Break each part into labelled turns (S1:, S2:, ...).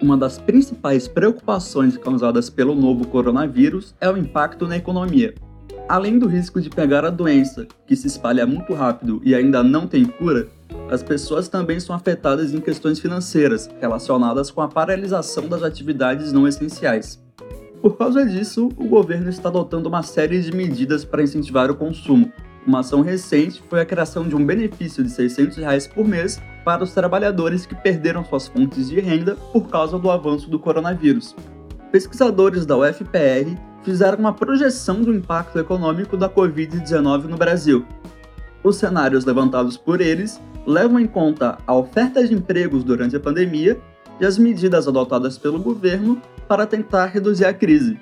S1: Uma das principais preocupações causadas pelo novo coronavírus é o impacto na economia. Além do risco de pegar a doença, que se espalha muito rápido e ainda não tem cura, as pessoas também são afetadas em questões financeiras relacionadas com a paralisação das atividades não essenciais. Por causa disso, o governo está adotando uma série de medidas para incentivar o consumo. Uma ação recente foi a criação de um benefício de R$ 600 por mês para os trabalhadores que perderam suas fontes de renda por causa do avanço do coronavírus. Pesquisadores da UFPR fizeram uma projeção do impacto econômico da Covid-19 no Brasil. Os cenários levantados por eles levam em conta a oferta de empregos durante a pandemia e as medidas adotadas pelo governo para tentar reduzir a crise.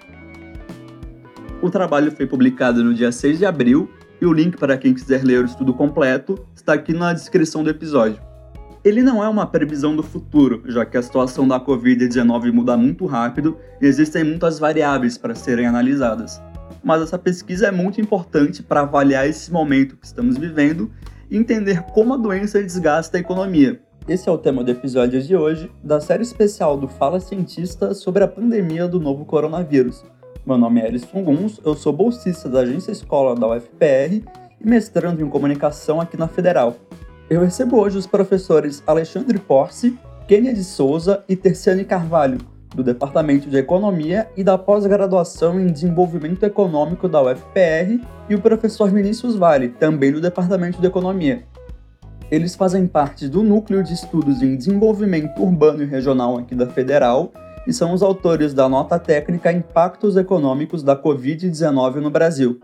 S1: O trabalho foi publicado no dia 6 de abril e o link para quem quiser ler o estudo completo está aqui na descrição do episódio. Ele não é uma previsão do futuro, já que a situação da Covid-19 muda muito rápido e existem muitas variáveis para serem analisadas. Mas essa pesquisa é muito importante para avaliar esse momento que estamos vivendo e entender como a doença desgasta a economia. Esse é o tema do episódio de hoje, da série especial do Fala Cientista sobre a pandemia do novo coronavírus. Meu nome é Alisson Guns, eu sou bolsista da Agência Escola da UFPR e mestrando em comunicação aqui na Federal. Eu recebo hoje os professores Alexandre Porce, Kênia de Souza e Terciane Carvalho, do Departamento de Economia e da Pós-Graduação em Desenvolvimento Econômico da UFPR, e o professor Vinícius Vale, também do Departamento de Economia. Eles fazem parte do Núcleo de Estudos em Desenvolvimento Urbano e Regional aqui da Federal e são os autores da nota técnica Impactos Econômicos da Covid-19 no Brasil.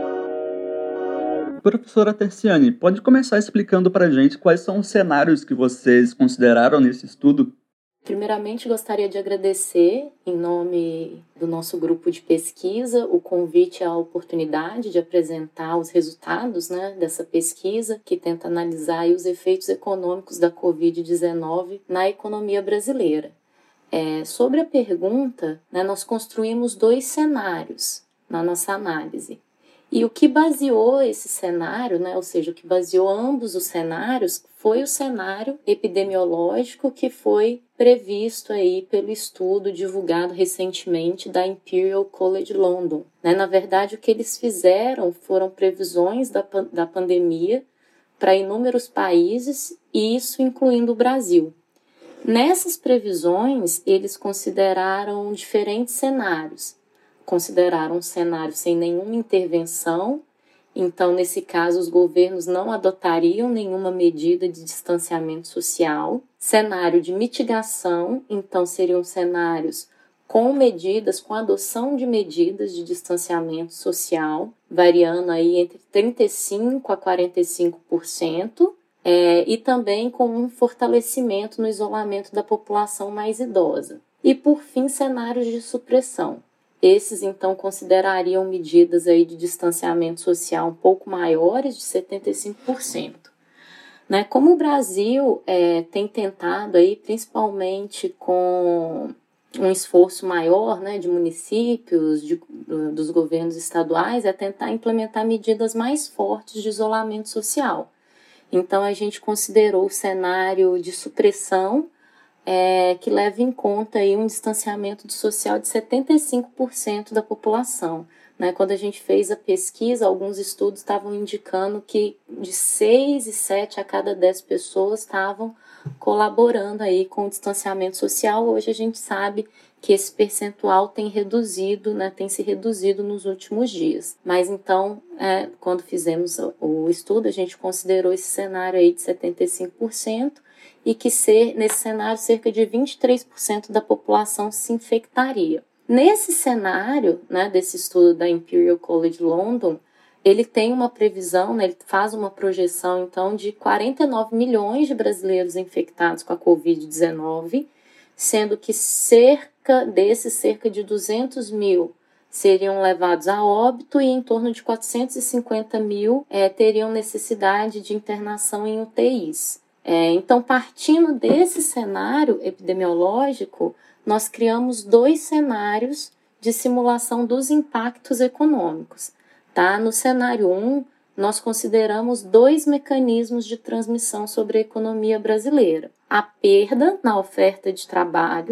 S1: Professora Terciane, pode começar explicando para a gente quais são os cenários que vocês consideraram nesse estudo?
S2: Primeiramente, gostaria de agradecer, em nome do nosso grupo de pesquisa, o convite e a oportunidade de apresentar os resultados, dessa pesquisa que tenta analisar os efeitos econômicos da Covid-19 na economia brasileira. Sobre a pergunta, nós construímos 2 cenários na nossa análise. E o que baseou esse cenário, ou seja, o que baseou ambos os cenários, foi o cenário epidemiológico que foi previsto aí pelo estudo divulgado recentemente da Imperial College London. Na verdade, o que eles fizeram foram previsões da pandemia para inúmeros países, e isso incluindo o Brasil. Nessas previsões, eles consideraram diferentes cenários. Consideraram um cenário sem nenhuma intervenção, então, nesse caso, os governos não adotariam nenhuma medida de distanciamento social. Cenário de mitigação, então, seriam cenários com medidas, com adoção de medidas de distanciamento social, variando aí entre 35% a 45%, e também com um fortalecimento no isolamento da população mais idosa. E, por fim, cenários de supressão. Esses, então, considerariam medidas aí de distanciamento social um pouco maiores, de 75%. Como o Brasil tem tentado, aí, principalmente com um esforço maior de municípios, dos governos estaduais, é tentar implementar medidas mais fortes de isolamento social. Então, a gente considerou o cenário de supressão, que leva em conta aí um distanciamento social de 75% da população. Quando a gente fez a pesquisa, alguns estudos estavam indicando que de 6 e 7 a cada 10 pessoas estavam colaborando aí com o distanciamento social. Hoje a gente sabe que esse percentual tem se reduzido nos últimos dias. Mas então, quando fizemos o estudo, a gente considerou esse cenário aí de 75%, e que nesse cenário cerca de 23% da população se infectaria. Nesse cenário, desse estudo da Imperial College London, ele tem uma previsão, ele faz uma projeção então de 49 milhões de brasileiros infectados com a Covid-19, sendo que cerca de 200 mil seriam levados a óbito e em torno de 450 mil teriam necessidade de internação em UTIs. Então, partindo desse cenário epidemiológico, nós criamos 2 cenários de simulação dos impactos econômicos. No cenário 1, nós consideramos 2 mecanismos de transmissão sobre a economia brasileira. A perda na oferta de trabalho,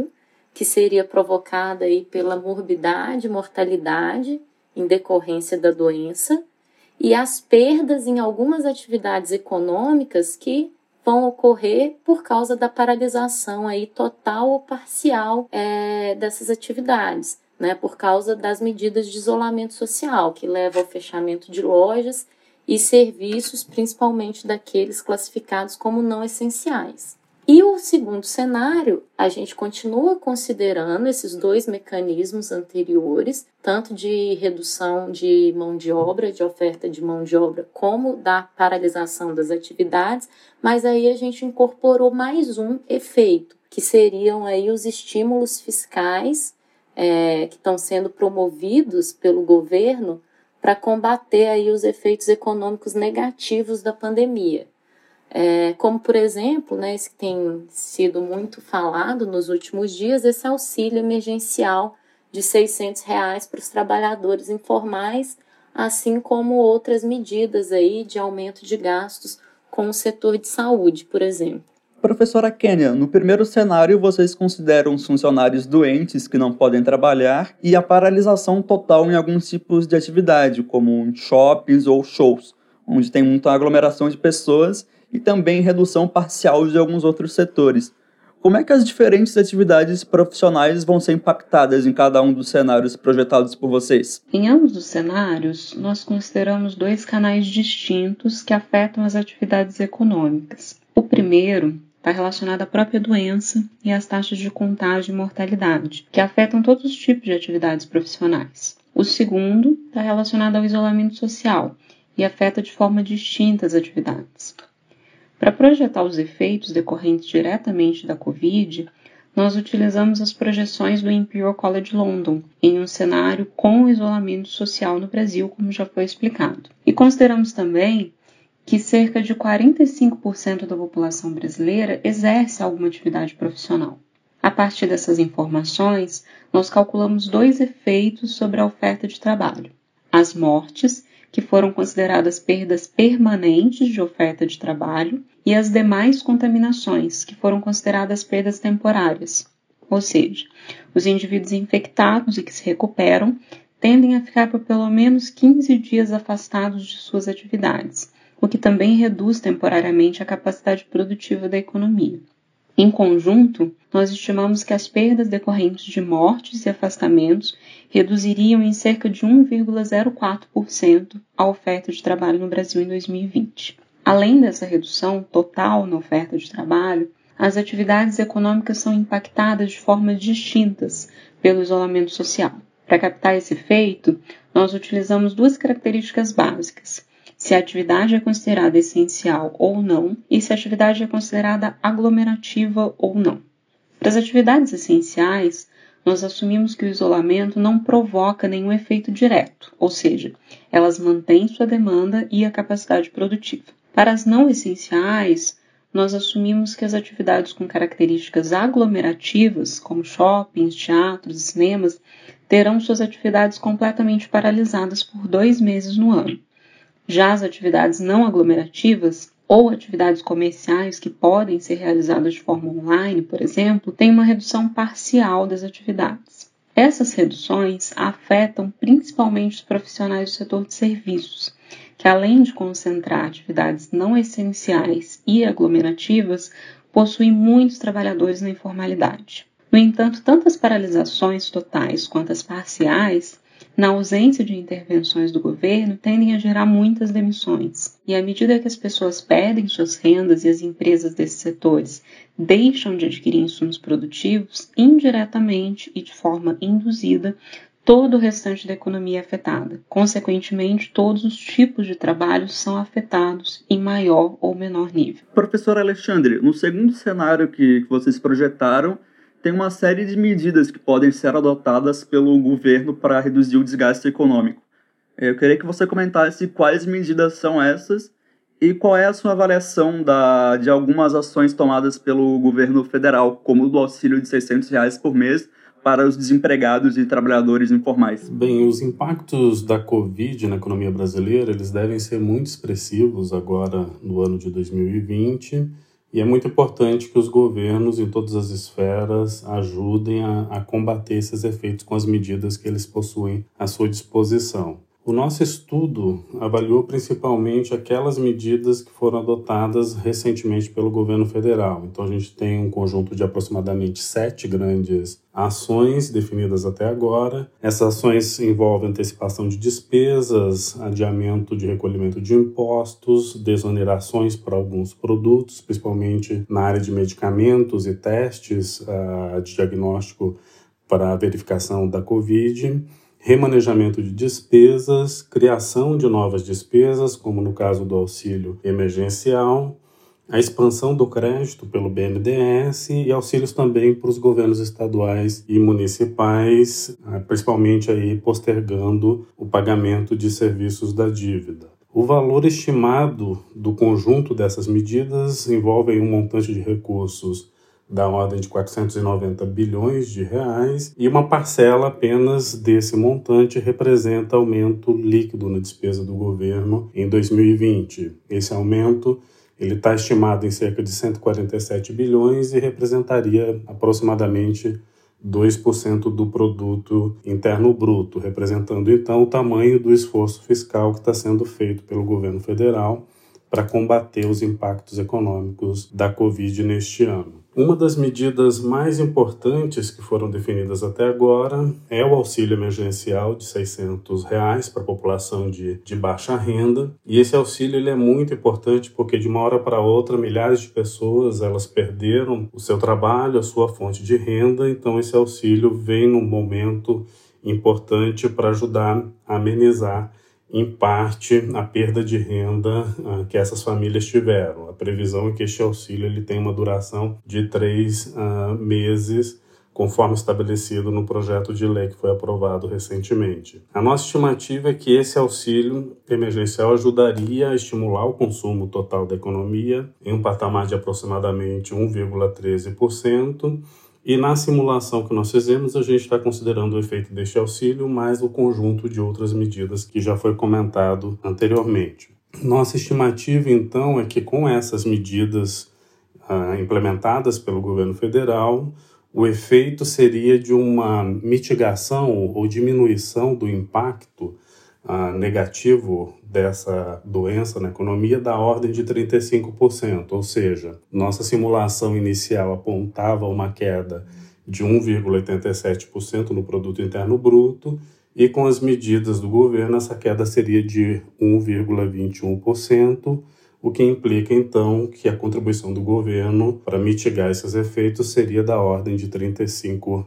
S2: que seria provocada aí pela morbidade e mortalidade em decorrência da doença, e as perdas em algumas atividades econômicas que vão ocorrer por causa da paralisação aí total ou parcial dessas atividades, né, por causa das medidas de isolamento social, que levam ao fechamento de lojas e serviços, principalmente daqueles classificados como não essenciais. E o segundo cenário, a gente continua considerando esses dois mecanismos anteriores, tanto de redução de mão de obra, de oferta de mão de obra, como da paralisação das atividades, mas aí a gente incorporou mais um efeito, que seriam aí os estímulos fiscais que estão sendo promovidos pelo governo para combater aí os efeitos econômicos negativos da pandemia. Como, por exemplo, né, esse que tem sido muito falado nos últimos dias, esse auxílio emergencial de R$600 para os trabalhadores informais, assim como outras medidas aí de aumento de gastos com o setor de saúde, por exemplo.
S1: Professora Kênia, no primeiro cenário vocês consideram os funcionários doentes que não podem trabalhar e a paralisação total em alguns tipos de atividade, como shoppings ou shows, onde tem muita aglomeração de pessoas, e também redução parcial de alguns outros setores. Como é que as diferentes atividades profissionais vão ser impactadas em cada um dos cenários projetados por vocês?
S3: Em ambos os cenários, nós consideramos dois canais distintos que afetam as atividades econômicas. O primeiro está relacionado à própria doença e às taxas de contágio e mortalidade, que afetam todos os tipos de atividades profissionais. O segundo está relacionado ao isolamento social e afeta de forma distinta as atividades. Para projetar os efeitos decorrentes diretamente da Covid, nós utilizamos as projeções do Imperial College London em um cenário com isolamento social no Brasil, como já foi explicado. E consideramos também que cerca de 45% da população brasileira exerce alguma atividade profissional. A partir dessas informações, nós calculamos dois efeitos sobre a oferta de trabalho: as mortes, que foram consideradas perdas permanentes de oferta de trabalho, e as demais contaminações, que foram consideradas perdas temporárias. Ou seja, os indivíduos infectados e que se recuperam tendem a ficar por pelo menos 15 dias afastados de suas atividades, o que também reduz temporariamente a capacidade produtiva da economia. Em conjunto, nós estimamos que as perdas decorrentes de mortes e afastamentos reduziriam em cerca de 1,04% a oferta de trabalho no Brasil em 2020. Além dessa redução total na oferta de trabalho, as atividades econômicas são impactadas de formas distintas pelo isolamento social. Para captar esse efeito, nós utilizamos duas características básicas: se a atividade é considerada essencial ou não, e se a atividade é considerada aglomerativa ou não. Para as atividades essenciais, nós assumimos que o isolamento não provoca nenhum efeito direto, ou seja, elas mantêm sua demanda e a capacidade produtiva. Para as não essenciais, nós assumimos que as atividades com características aglomerativas, como shoppings, teatros e cinemas, terão suas atividades completamente paralisadas por 2 meses no ano. Já as atividades não aglomerativas, ou atividades comerciais que podem ser realizadas de forma online, por exemplo, têm uma redução parcial das atividades. Essas reduções afetam principalmente os profissionais do setor de serviços, que além de concentrar atividades não essenciais e aglomerativas, possuem muitos trabalhadores na informalidade. No entanto, tanto as paralisações totais quanto as parciais, na ausência de intervenções do governo, tendem a gerar muitas demissões. E à medida que as pessoas perdem suas rendas e as empresas desses setores deixam de adquirir insumos produtivos, indiretamente e de forma induzida, todo o restante da economia é afetada. Consequentemente, todos os tipos de trabalho são afetados em maior ou menor nível.
S1: Professor Alexandre, no segundo cenário que vocês projetaram, tem uma série de medidas que podem ser adotadas pelo governo para reduzir o desgaste econômico. Eu queria que você comentasse quais medidas são essas e qual é a sua avaliação de algumas ações tomadas pelo governo federal, como o do auxílio de R$600 por mês para os desempregados e trabalhadores informais.
S4: Bem, os impactos da Covid na economia brasileira, eles devem ser muito expressivos agora no ano de 2020, E é muito importante que os governos em todas as esferas ajudem a combater esses efeitos com as medidas que eles possuem à sua disposição. O nosso estudo avaliou principalmente aquelas medidas que foram adotadas recentemente pelo governo federal. Então, a gente tem um conjunto de aproximadamente 7 grandes ações definidas até agora. Essas ações envolvem antecipação de despesas, adiamento de recolhimento de impostos, desonerações para alguns produtos, principalmente na área de medicamentos e testes de diagnóstico para a verificação da Covid, remanejamento de despesas, criação de novas despesas, como no caso do auxílio emergencial, a expansão do crédito pelo BNDES e auxílios também para os governos estaduais e municipais, principalmente aí postergando o pagamento de serviços da dívida. O valor estimado do conjunto dessas medidas envolve um montante de recursos da ordem de 490 bilhões de reais, e uma parcela apenas desse montante representa aumento líquido na despesa do governo em 2020. Esse aumento está estimado em cerca de 147 bilhões e representaria aproximadamente 2% do produto interno bruto, representando então o tamanho do esforço fiscal que está sendo feito pelo governo federal para combater os impactos econômicos da Covid neste ano. Uma das medidas mais importantes que foram definidas até agora é o auxílio emergencial de R$ 600 para a população de baixa renda. E esse auxílio ele é muito importante porque de uma hora para outra milhares de pessoas elas perderam o seu trabalho, a sua fonte de renda. Então esse auxílio vem num momento importante para ajudar a amenizar em parte a perda de renda que essas famílias tiveram. A previsão é que este auxílio ele tem uma duração de 3 meses, conforme estabelecido no projeto de lei que foi aprovado recentemente. A nossa estimativa é que esse auxílio emergencial ajudaria a estimular o consumo total da economia em um patamar de aproximadamente 1,13%, e na simulação que nós fizemos, a gente está considerando o efeito deste auxílio mais o conjunto de outras medidas que já foi comentado anteriormente. Nossa estimativa, então, é que com essas medidas implementadas pelo governo federal, o efeito seria de uma mitigação ou diminuição do impacto negativo dessa doença na economia da ordem de 35%, ou seja, nossa simulação inicial apontava uma queda de 1,87% no produto interno bruto e com as medidas do governo essa queda seria de 1,21%, o que implica então que a contribuição do governo para mitigar esses efeitos seria da ordem de 35%.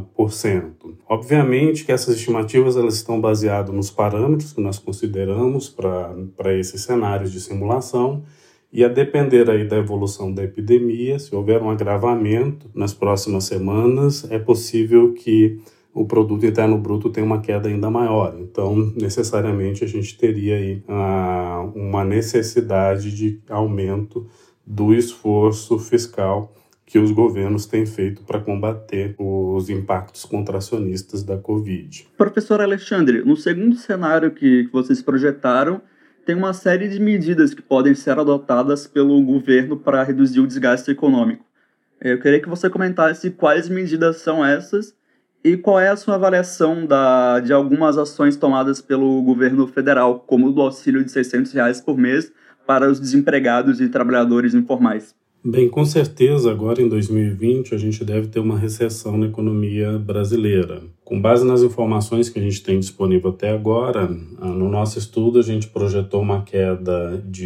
S4: Obviamente que essas estimativas elas estão baseadas nos parâmetros que nós consideramos para esses cenários de simulação e a depender aí da evolução da epidemia, se houver um agravamento nas próximas semanas, é possível que o produto interno bruto tem uma queda ainda maior. Então, necessariamente, a gente teria aí uma necessidade de aumento do esforço fiscal que os governos têm feito para combater os impactos contracionistas da Covid.
S1: Professor Alexandre, no segundo cenário que vocês projetaram, tem uma série de medidas que podem ser adotadas pelo governo para reduzir o desgaste econômico. Eu queria que você comentasse quais medidas são essas e qual é a sua avaliação de algumas ações tomadas pelo governo federal, como o do auxílio de R$ 600 por mês para os desempregados e trabalhadores informais?
S4: Bem, com certeza, agora em 2020, a gente deve ter uma recessão na economia brasileira. Com base nas informações que a gente tem disponível até agora, no nosso estudo a gente projetou uma queda de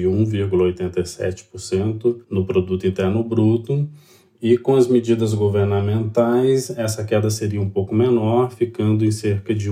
S4: 1,87% no produto interno bruto, e com as medidas governamentais, essa queda seria um pouco menor, ficando em cerca de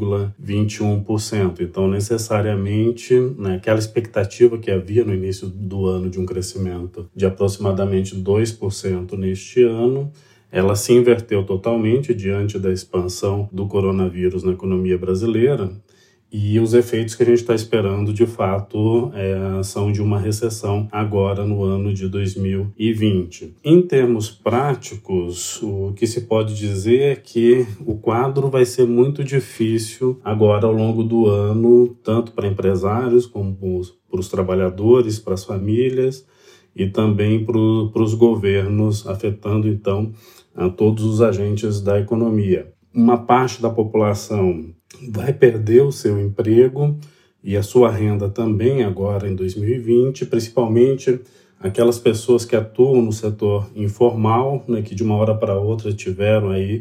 S4: 1,21%. Então, necessariamente, aquela expectativa que havia no início do ano de um crescimento de aproximadamente 2% neste ano, ela se inverteu totalmente diante da expansão do coronavírus na economia brasileira. E os efeitos que a gente está esperando, de fato, são de uma recessão agora no ano de 2020. Em termos práticos, o que se pode dizer é que o quadro vai ser muito difícil agora ao longo do ano, tanto para empresários como para os trabalhadores, para as famílias, e também para os governos, afetando então a todos os agentes da economia. Uma parte da população vai perder o seu emprego e a sua renda também agora em 2020, principalmente aquelas pessoas que atuam no setor informal, né, que de uma hora para outra tiveram aí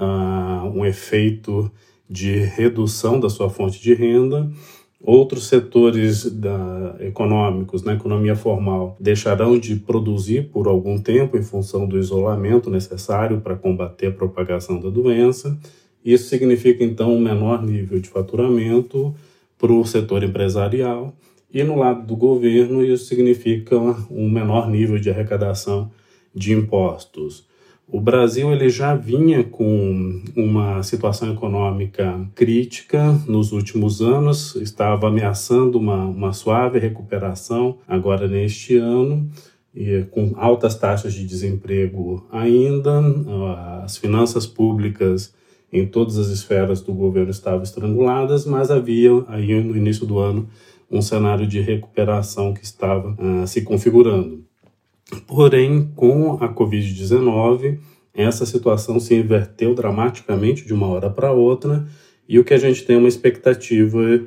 S4: um efeito de redução da sua fonte de renda. Outros setores econômicos, na economia formal, deixarão de produzir por algum tempo em função do isolamento necessário para combater a propagação da doença. Isso significa, então, um menor nível de faturamento para o setor empresarial. E no lado do governo, isso significa um menor nível de arrecadação de impostos. O Brasil ele já vinha com uma situação econômica crítica nos últimos anos, estava ameaçando uma suave recuperação agora neste ano, e com altas taxas de desemprego ainda, as finanças públicas em todas as esferas do governo estavam estranguladas, mas havia aí no início do ano um cenário de recuperação que estava se configurando. Porém, com a Covid-19, essa situação se inverteu dramaticamente de uma hora para outra e o que a gente tem é uma expectativa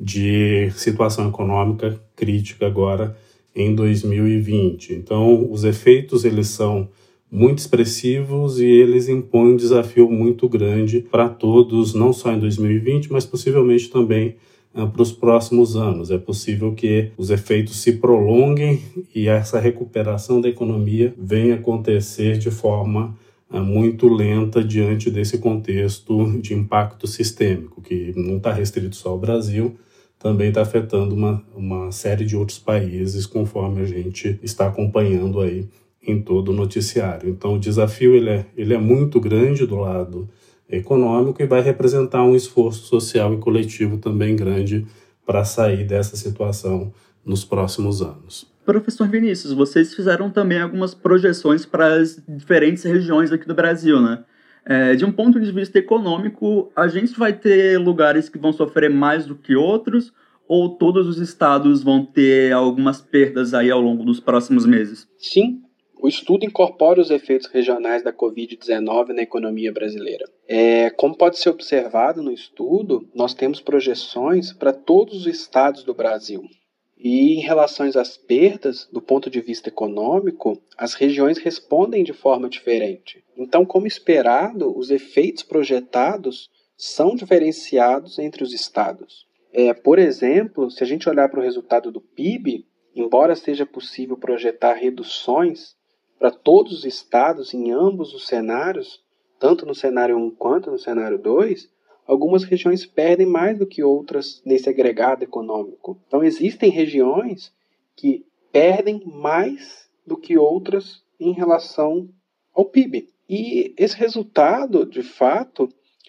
S4: de situação econômica crítica agora em 2020. Então, os efeitos eles são muito expressivos e eles impõem um desafio muito grande para todos, não só em 2020, mas possivelmente também para os próximos anos. É possível que os efeitos se prolonguem e essa recuperação da economia venha acontecer de forma muito lenta diante desse contexto de impacto sistêmico, que não está restrito só ao Brasil, também está afetando uma série de outros países, conforme a gente está acompanhando aí em todo o noticiário. Então, o desafio ele é muito grande do lado econômico e vai representar um esforço social e coletivo também grande para sair dessa situação nos próximos anos.
S1: Professor Vinícius, vocês fizeram também algumas projeções para as diferentes regiões aqui do Brasil, né? De um ponto de vista econômico, a gente vai ter lugares que vão sofrer mais do que outros, ou todos os estados vão ter algumas perdas aí ao longo dos próximos meses?
S5: Sim. O estudo incorpora os efeitos regionais da Covid-19 na economia brasileira. Como pode ser observado no estudo, nós temos projeções para todos os estados do Brasil. E em relação às perdas, do ponto de vista econômico, as regiões respondem de forma diferente. Então, como esperado, os efeitos projetados são diferenciados entre os estados. Por exemplo, se a gente olhar para o resultado do PIB, embora seja possível projetar reduções para todos os estados em ambos os cenários, tanto no cenário 1 quanto no cenário 2, algumas regiões perdem mais do que outras nesse agregado econômico. Então, existem regiões que perdem mais do que outras em relação ao PIB. E esse resultado, de fato,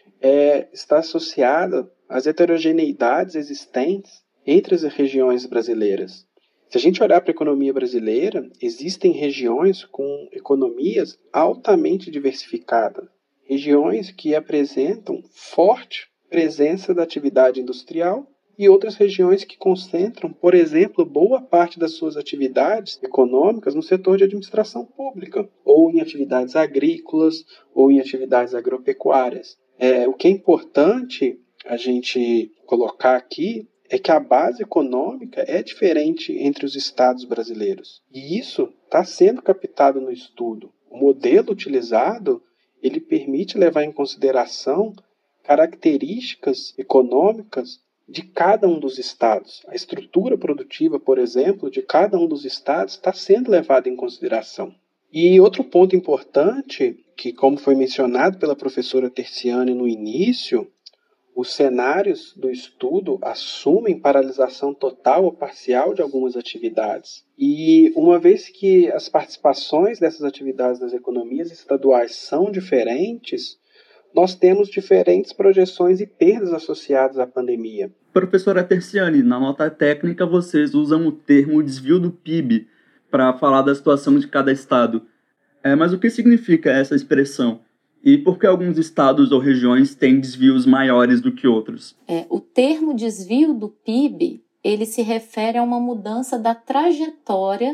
S5: está associado às heterogeneidades existentes entre as regiões brasileiras. Se a gente olhar para a economia brasileira, existem regiões com economias altamente diversificadas, regiões que apresentam forte presença da atividade industrial e outras regiões que concentram, por exemplo, boa parte das suas atividades econômicas no setor de administração pública, ou em atividades agrícolas, ou em atividades agropecuárias. O que é importante a gente colocar aqui é que a base econômica é diferente entre os estados brasileiros. E isso está sendo captado no estudo. O modelo utilizado, ele permite levar em consideração características econômicas de cada um dos estados. A estrutura produtiva, por exemplo, de cada um dos estados está sendo levada em consideração. E outro ponto importante, que como foi mencionado pela professora Terciane no início, os cenários do estudo assumem paralisação total ou parcial de algumas atividades. E uma vez que as participações dessas atividades nas economias estaduais são diferentes, nós temos diferentes projeções e perdas associadas à pandemia.
S1: Professora Terciane, na nota técnica vocês usam o termo desvio do PIB para falar da situação de cada estado. Mas o que significa essa expressão? E por que alguns estados ou regiões têm desvios maiores do que outros?
S2: O termo desvio do PIB, ele se refere a uma mudança da trajetória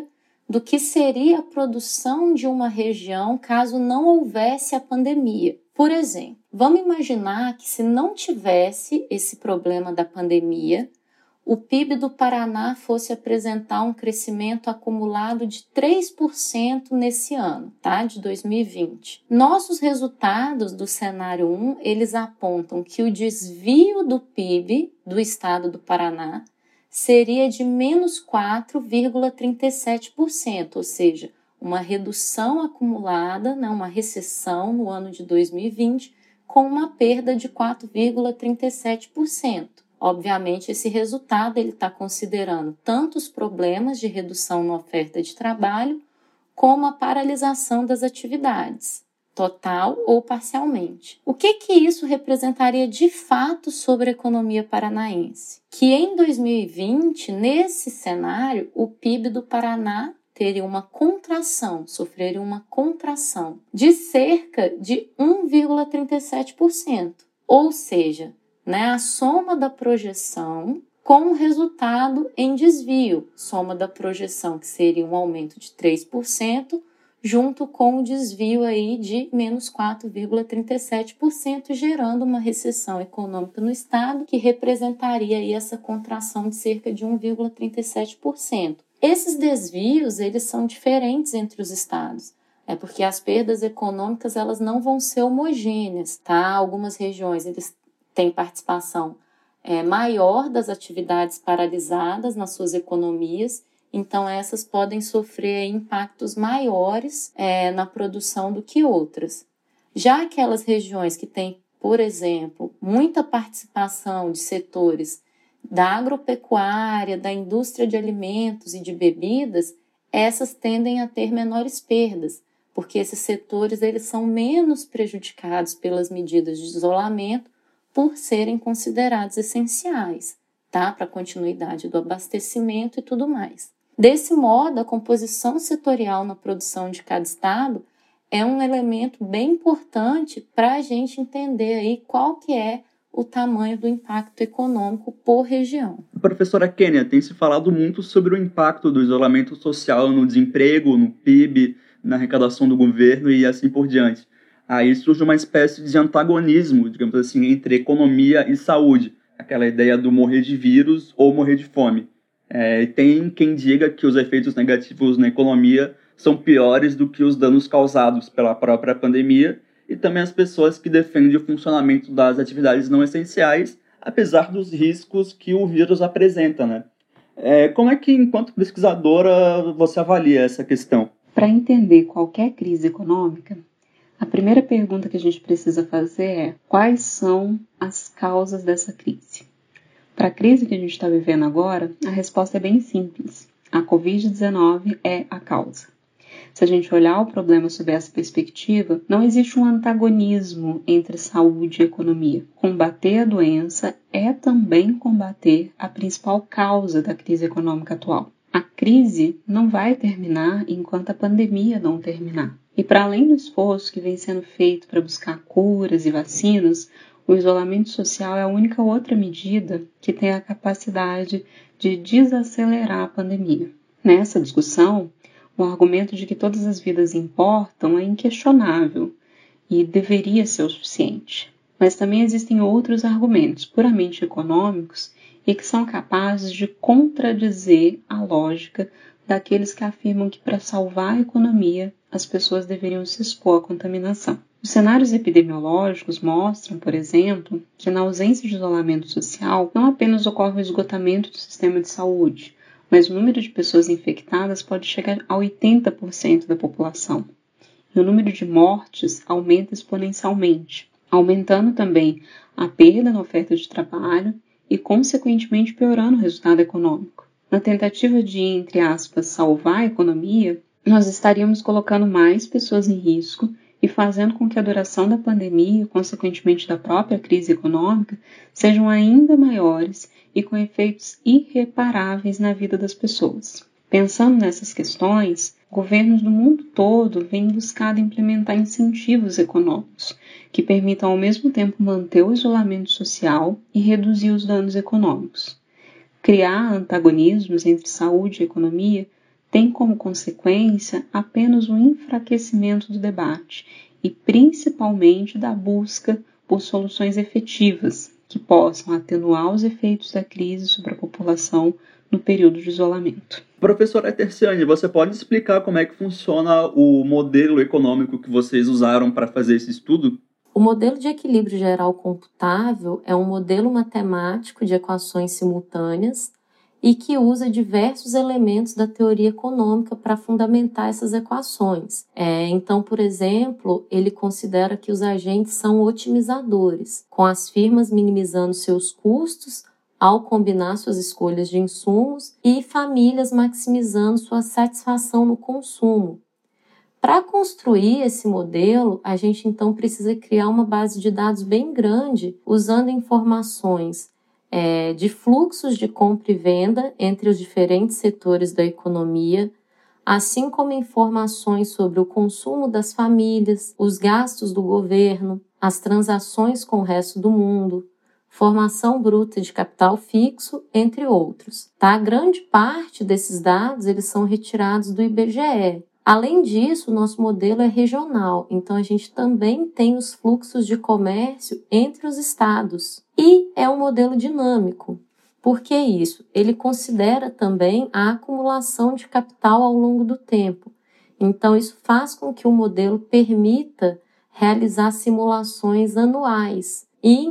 S2: do que seria a produção de uma região caso não houvesse a pandemia. Por exemplo, vamos imaginar que se não tivesse esse problema da pandemia, o PIB do Paraná fosse apresentar um crescimento acumulado de 3% nesse ano, tá? De 2020. Nossos resultados do cenário 1, eles apontam que o desvio do PIB do estado do Paraná seria de menos 4,37%, ou seja, uma redução acumulada, né, uma recessão no ano de 2020, com uma perda de 4,37%. Obviamente, esse resultado está considerando tanto os problemas de redução na oferta de trabalho, como a paralisação das atividades, total ou parcialmente. O que isso representaria de fato sobre a economia paranaense? Que em 2020, nesse cenário, o PIB do Paraná teria uma contração, sofreria uma contração de cerca de 1,37%. Ou seja, né, a soma da projeção com o resultado em desvio, soma da projeção que seria um aumento de 3%, junto com o desvio aí de menos 4,37%, gerando uma recessão econômica no estado que representaria aí essa contração de cerca de 1,37%. Esses desvios, eles são diferentes entre os estados. Porque as perdas econômicas, elas não vão ser homogêneas, tá? Algumas regiões, eles têm participação maior das atividades paralisadas nas suas economias, então essas podem sofrer impactos maiores na produção do que outras. Já aquelas regiões que têm, por exemplo, muita participação de setores da agropecuária, da indústria de alimentos e de bebidas, essas tendem a ter menores perdas, porque esses setores eles são menos prejudicados pelas medidas de isolamento por serem considerados essenciais, tá? Para a continuidade do abastecimento e tudo mais. Desse modo, a composição setorial na produção de cada estado é um elemento bem importante para a gente entender aí qual que é o tamanho do impacto econômico por região.
S1: Professora Kênia, tem se falado muito sobre o impacto do isolamento social no desemprego, no PIB, na arrecadação do governo e assim por diante. Aí surge uma espécie de antagonismo, digamos assim, entre economia e saúde, aquela ideia do morrer de vírus ou morrer de fome. Tem quem diga que os efeitos negativos na economia são piores do que os danos causados pela própria pandemia, e também as pessoas que defendem o funcionamento das atividades não essenciais, apesar dos riscos que o vírus apresenta, né? Como é que, enquanto pesquisadora, você avalia essa questão?
S3: Para entender qualquer crise econômica, a primeira pergunta que a gente precisa fazer é: quais são as causas dessa crise? Para a crise que a gente está vivendo agora, a resposta é bem simples. A Covid-19 é a causa. Se a gente olhar o problema sob essa perspectiva, não existe um antagonismo entre saúde e economia. Combater a doença é também combater a principal causa da crise econômica atual. A crise não vai terminar enquanto a pandemia não terminar. E para além do esforço que vem sendo feito para buscar curas e vacinas, o isolamento social é a única outra medida que tem a capacidade de desacelerar a pandemia. Nessa discussão, o argumento de que todas as vidas importam é inquestionável e deveria ser o suficiente. Mas também existem outros argumentos puramente econômicos e que são capazes de contradizer a lógica daqueles que afirmam que para salvar a economia as pessoas deveriam se expor à contaminação. Os cenários epidemiológicos mostram, por exemplo, que na ausência de isolamento social não apenas ocorre o esgotamento do sistema de saúde, mas o número de pessoas infectadas pode chegar a 80% da população. E o número de mortes aumenta exponencialmente, aumentando também a perda na oferta de trabalho e, consequentemente, piorando o resultado econômico. Na tentativa de, entre aspas, salvar a economia, nós estaríamos colocando mais pessoas em risco e fazendo com que a duração da pandemia, consequentemente da própria crise econômica, sejam ainda maiores e com efeitos irreparáveis na vida das pessoas. Pensando nessas questões, governos do mundo todo vêm buscando implementar incentivos econômicos que permitam ao mesmo tempo manter o isolamento social e reduzir os danos econômicos. Criar antagonismos entre saúde e economia tem como consequência apenas o enfraquecimento do debate e principalmente da busca por soluções efetivas que possam atenuar os efeitos da crise sobre a população no período de isolamento.
S1: Professora Terciane, você pode explicar como é que funciona o modelo econômico que vocês usaram para fazer esse estudo?
S2: O modelo de equilíbrio geral computável é um modelo matemático de equações simultâneas e que usa diversos elementos da teoria econômica para fundamentar essas equações. Então, por exemplo, ele considera que os agentes são otimizadores, com as firmas minimizando seus custos ao combinar suas escolhas de insumos e famílias maximizando sua satisfação no consumo. Para construir esse modelo, a gente então precisa criar uma base de dados bem grande, usando informações de fluxos de compra e venda entre os diferentes setores da economia, assim como informações sobre o consumo das famílias, os gastos do governo, as transações com o resto do mundo, formação bruta de capital fixo, entre outros. Tá? Grande parte desses dados eles são retirados do IBGE. Além disso, o nosso modelo é regional, então a gente também tem os fluxos de comércio entre os estados. E é um modelo dinâmico. Por que isso? Ele considera também a acumulação de capital ao longo do tempo. Então, isso faz com que o modelo permita realizar simulações anuais e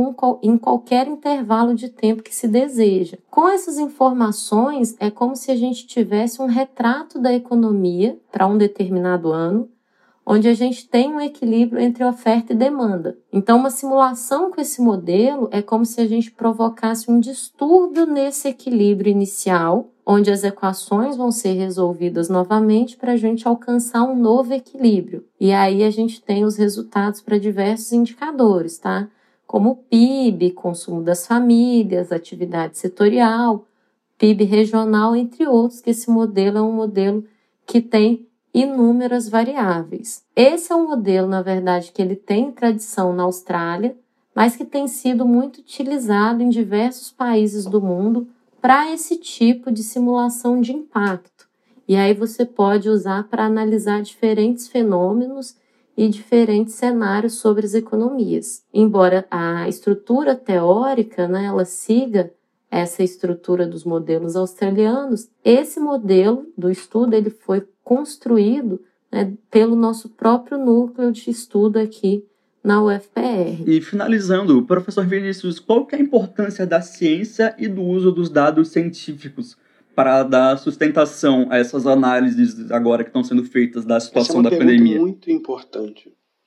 S2: em qualquer intervalo de tempo que se deseja. Com essas informações, é como se a gente tivesse um retrato da economia para um determinado ano, onde a gente tem um equilíbrio entre oferta e demanda. Então, uma simulação com esse modelo é como se a gente provocasse um distúrbio nesse equilíbrio inicial, onde as equações vão ser resolvidas novamente para a gente alcançar um novo equilíbrio. E aí a gente tem os resultados para diversos indicadores, tá? Como o PIB, consumo das famílias, atividade setorial, PIB regional, entre outros, que esse modelo é um modelo que tem inúmeras variáveis. Esse é um modelo, na verdade, que ele tem tradição na Austrália, mas que tem sido muito utilizado em diversos países do mundo para esse tipo de simulação de impacto. E aí você pode usar para analisar diferentes fenômenos e diferentes cenários sobre as economias. Embora a estrutura teórica, ela siga essa estrutura dos modelos australianos, esse modelo do estudo ele foi construído pelo nosso próprio núcleo de estudo aqui na UFPR.
S1: E finalizando, professor Vinícius, qual que é a importância da ciência e do uso dos dados científicos para dar sustentação a essas análises agora que estão sendo feitas da situação da pandemia?
S5: Essa é uma pergunta muito importante.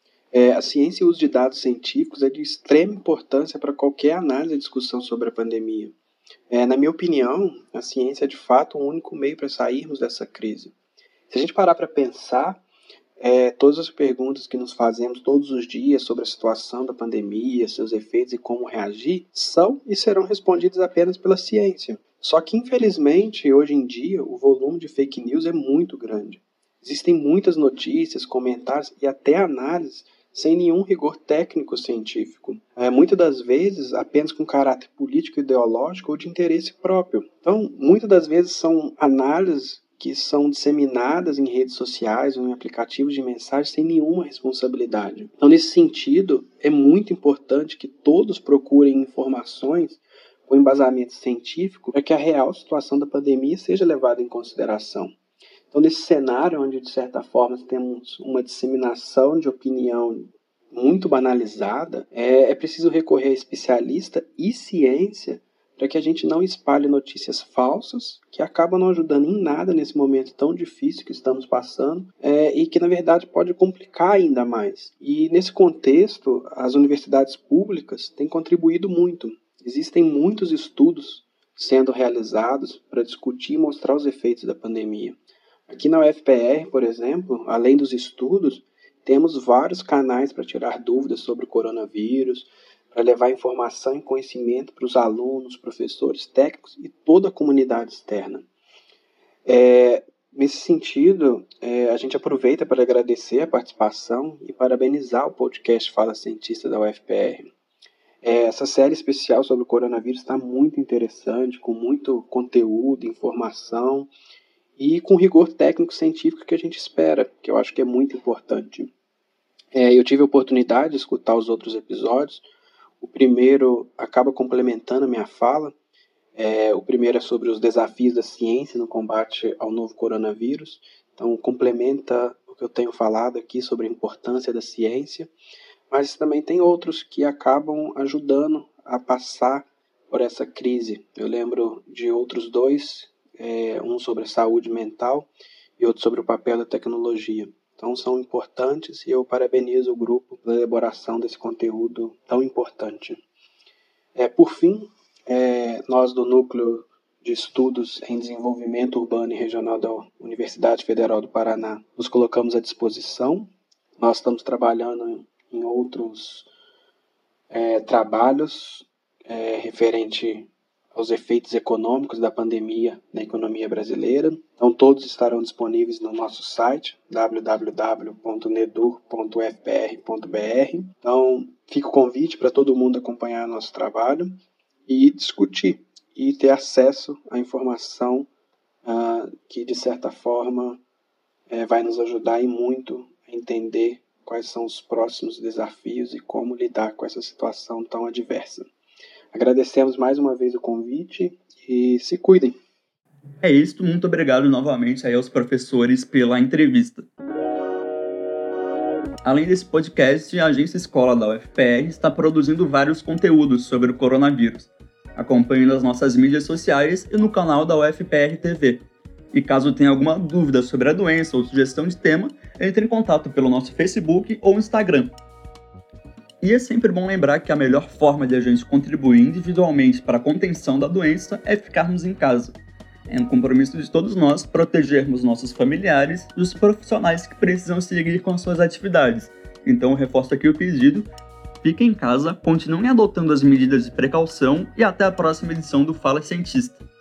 S5: A ciência e o uso de dados científicos é de extrema importância para qualquer análise e discussão sobre a pandemia. Na minha opinião, a ciência é de fato o único meio para sairmos dessa crise. Se a gente parar para pensar, todas as perguntas que nos fazemos todos os dias sobre a situação da pandemia, seus efeitos e como reagir, são e serão respondidas apenas pela ciência. Só que, infelizmente, hoje em dia, o volume de fake news é muito grande. Existem muitas notícias, comentários e até análises sem nenhum rigor técnico científico. Muitas das vezes, apenas com caráter político, ideológico ou de interesse próprio. Então, muitas das vezes são análises que são disseminadas em redes sociais ou em aplicativos de mensagem sem nenhuma responsabilidade. Então, nesse sentido, é muito importante que todos procurem informações com embasamento científico para que a real situação da pandemia seja levada em consideração. Então, nesse cenário onde, de certa forma, temos uma disseminação de opinião muito banalizada, é preciso recorrer a especialista e ciência para que a gente não espalhe notícias falsas que acabam não ajudando em nada nesse momento tão difícil que estamos passando e que, na verdade, pode complicar ainda mais. E, nesse contexto, as universidades públicas têm contribuído muito. Existem muitos estudos sendo realizados para discutir e mostrar os efeitos da pandemia. Aqui na UFPR, por exemplo, além dos estudos, temos vários canais para tirar dúvidas sobre o coronavírus, para levar informação e conhecimento para os alunos, professores, técnicos e toda a comunidade externa. Nesse sentido, a gente aproveita para agradecer a participação e parabenizar o podcast Fala Cientista da UFPR. Essa série especial sobre o coronavírus está muito interessante, com muito conteúdo, informação, e com rigor técnico-científico que a gente espera, que eu acho que é muito importante. Eu tive a oportunidade de escutar os outros episódios. O primeiro acaba complementando a minha fala. O primeiro é sobre os desafios da ciência no combate ao novo coronavírus. Então, complementa o que eu tenho falado aqui sobre a importância da ciência. Mas também tem outros que acabam ajudando a passar por essa crise. Eu lembro de outros dois, um sobre a saúde mental e outro sobre o papel da tecnologia. Então são importantes e eu parabenizo o grupo pela elaboração desse conteúdo tão importante. Por fim, nós do Núcleo de Estudos em Desenvolvimento Urbano e Regional da Universidade Federal do Paraná nos colocamos à disposição. Nós estamos trabalhando em outros trabalhos referente aos efeitos econômicos da pandemia na economia brasileira. Então, todos estarão disponíveis no nosso site, www.nedur.ufpr.br. Então, fica o convite para todo mundo acompanhar nosso trabalho e discutir e ter acesso à informação que, de certa forma, vai nos ajudar e muito a entender quais são os próximos desafios e como lidar com essa situação tão adversa. Agradecemos mais uma vez o convite e se cuidem.
S1: É isso, muito obrigado novamente aí aos professores pela entrevista. Além desse podcast, a Agência Escola da UFPR está produzindo vários conteúdos sobre o coronavírus. Acompanhe nas nossas mídias sociais e no canal da UFPR TV. E caso tenha alguma dúvida sobre a doença ou sugestão de tema, entre em contato pelo nosso Facebook ou Instagram. E é sempre bom lembrar que a melhor forma de a gente contribuir individualmente para a contenção da doença é ficarmos em casa. É um compromisso de todos nós protegermos nossos familiares e os profissionais que precisam seguir com as suas atividades. Então eu reforço aqui o pedido: fiquem em casa, continuem adotando as medidas de precaução e até a próxima edição do Fala Cientista.